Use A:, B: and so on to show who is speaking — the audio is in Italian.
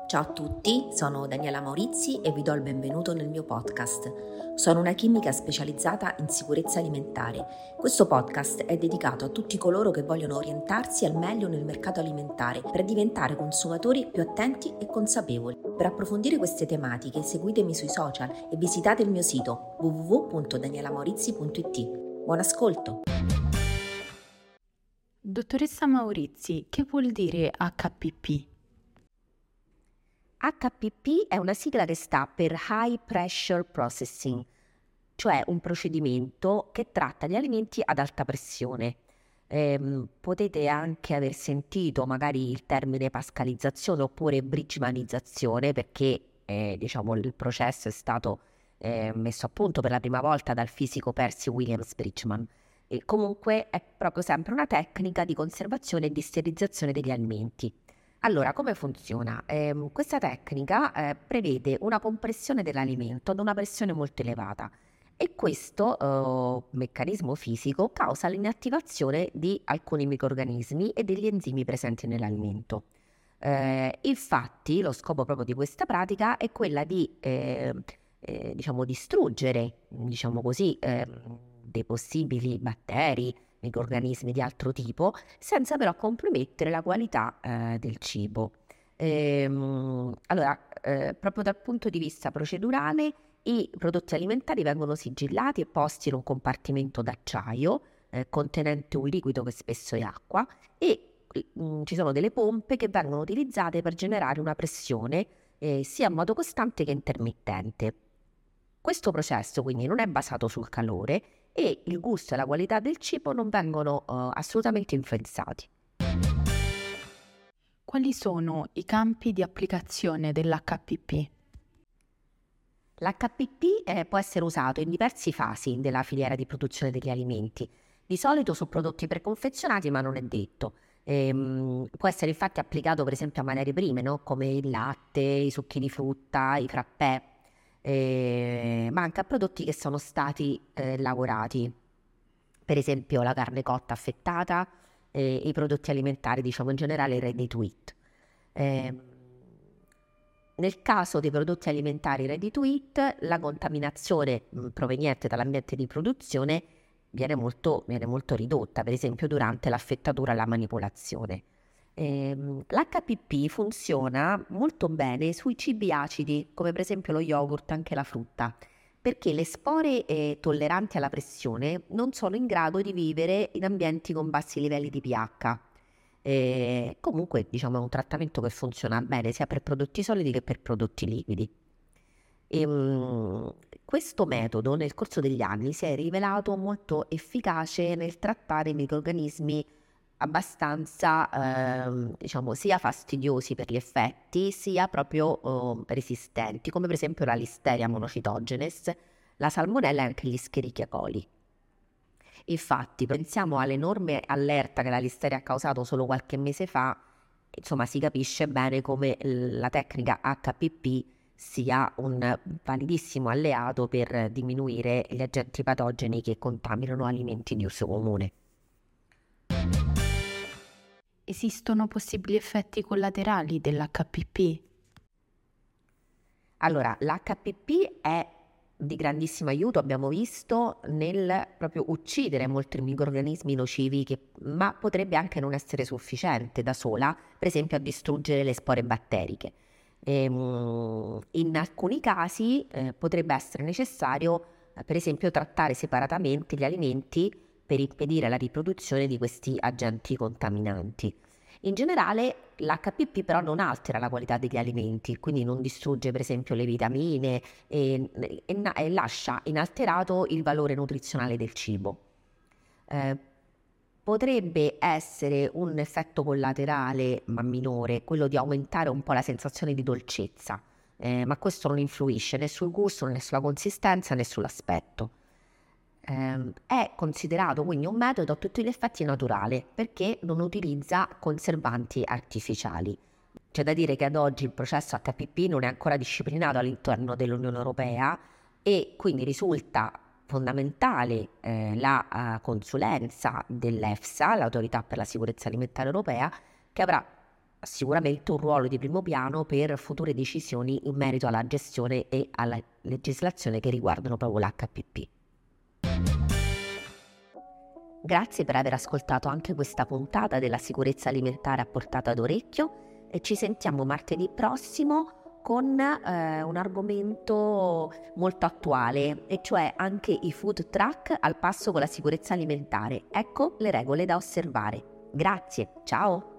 A: Ciao a tutti, sono Daniela Maurizi e vi do il benvenuto nel mio podcast. Sono una chimica specializzata in sicurezza alimentare. Questo podcast è dedicato a tutti coloro che vogliono orientarsi al meglio nel mercato alimentare per diventare consumatori più attenti e consapevoli. Per approfondire queste tematiche seguitemi sui social e visitate il mio sito www.danielamaurizi.it. Buon ascolto!
B: Dottoressa Maurizi, che vuol dire HPP?
C: HPP è una sigla che sta per High Pressure Processing, cioè un procedimento che tratta gli alimenti ad alta pressione. Potete anche aver sentito magari il termine pascalizzazione oppure bridgmanizzazione, perché il processo è stato messo a punto per la prima volta dal fisico Percy Williams Bridgman. E comunque è proprio sempre una tecnica di conservazione e di sterilizzazione degli alimenti. Allora, come funziona? Questa tecnica prevede una compressione dell'alimento ad una pressione molto elevata e questo meccanismo fisico causa l'inattivazione di alcuni microrganismi e degli enzimi presenti nell'alimento. Infatti, lo scopo proprio di questa pratica è quella di distruggere, dei possibili batteri, microrganismi di altro tipo, senza però compromettere la qualità del cibo. Proprio dal punto di vista procedurale, i prodotti alimentari vengono sigillati e posti in un compartimento d'acciaio contenente un liquido che spesso è acqua e ci sono delle pompe che vengono utilizzate per generare una pressione sia a modo costante che intermittente. Questo processo quindi non è basato sul calore e il gusto e la qualità del cibo non vengono assolutamente influenzati.
B: Quali sono i campi di applicazione dell'HPP?
C: L'HPP può essere usato in diverse fasi della filiera di produzione degli alimenti, di solito su prodotti preconfezionati, ma non è detto. Può essere infatti applicato per esempio a materie prime, no? Come il latte, i succhi di frutta, i frappè, ma anche a prodotti che sono stati lavorati, per esempio la carne cotta affettata, i prodotti alimentari, in generale ready to eat. Nel caso dei prodotti alimentari ready to eat, la contaminazione proveniente dall'ambiente di produzione viene molto ridotta, per esempio durante l'affettatura e la manipolazione. L'HPP funziona molto bene sui cibi acidi, come per esempio lo yogurt, anche la frutta, perché le spore tolleranti alla pressione non sono in grado di vivere in ambienti con bassi livelli di pH. Comunque è un trattamento che funziona bene sia per prodotti solidi che per prodotti liquidi. Questo metodo nel corso degli anni si è rivelato molto efficace nel trattare microrganismi abbastanza sia fastidiosi per gli effetti sia proprio resistenti, come per esempio la Listeria monocitogenes, la Salmonella e anche gli Escherichia coli. Infatti pensiamo all'enorme allerta che la Listeria ha causato solo qualche mese fa, si capisce bene come la tecnica HPP sia un validissimo alleato per diminuire gli agenti patogeni che contaminano alimenti di uso comune.
B: Esistono possibili effetti collaterali dell'HPP?
C: Allora, l'HPP è di grandissimo aiuto, abbiamo visto, nel proprio uccidere molti microrganismi nocivi, ma potrebbe anche non essere sufficiente da sola, per esempio a distruggere le spore batteriche. In alcuni casi potrebbe essere necessario, per esempio, trattare separatamente gli alimenti per impedire la riproduzione di questi agenti contaminanti. In generale l'HPP però non altera la qualità degli alimenti, quindi non distrugge per esempio le vitamine e lascia inalterato il valore nutrizionale del cibo. Potrebbe essere un effetto collaterale, ma minore, quello di aumentare un po' la sensazione di dolcezza, ma questo non influisce né sul gusto, né sulla consistenza, né sull'aspetto. È considerato quindi un metodo a tutti gli effetti naturale perché non utilizza conservanti artificiali. C'è da dire che ad oggi il processo HPP non è ancora disciplinato all'interno dell'Unione Europea e quindi risulta fondamentale la consulenza dell'EFSA, l'Autorità per la Sicurezza Alimentare Europea, che avrà sicuramente un ruolo di primo piano per future decisioni in merito alla gestione e alla legislazione che riguardano proprio l'HPP. Grazie per aver ascoltato anche questa puntata della sicurezza alimentare a portata d'orecchio e ci sentiamo martedì prossimo con un argomento molto attuale, e cioè anche i food truck al passo con la sicurezza alimentare. Ecco le regole da osservare. Grazie, ciao!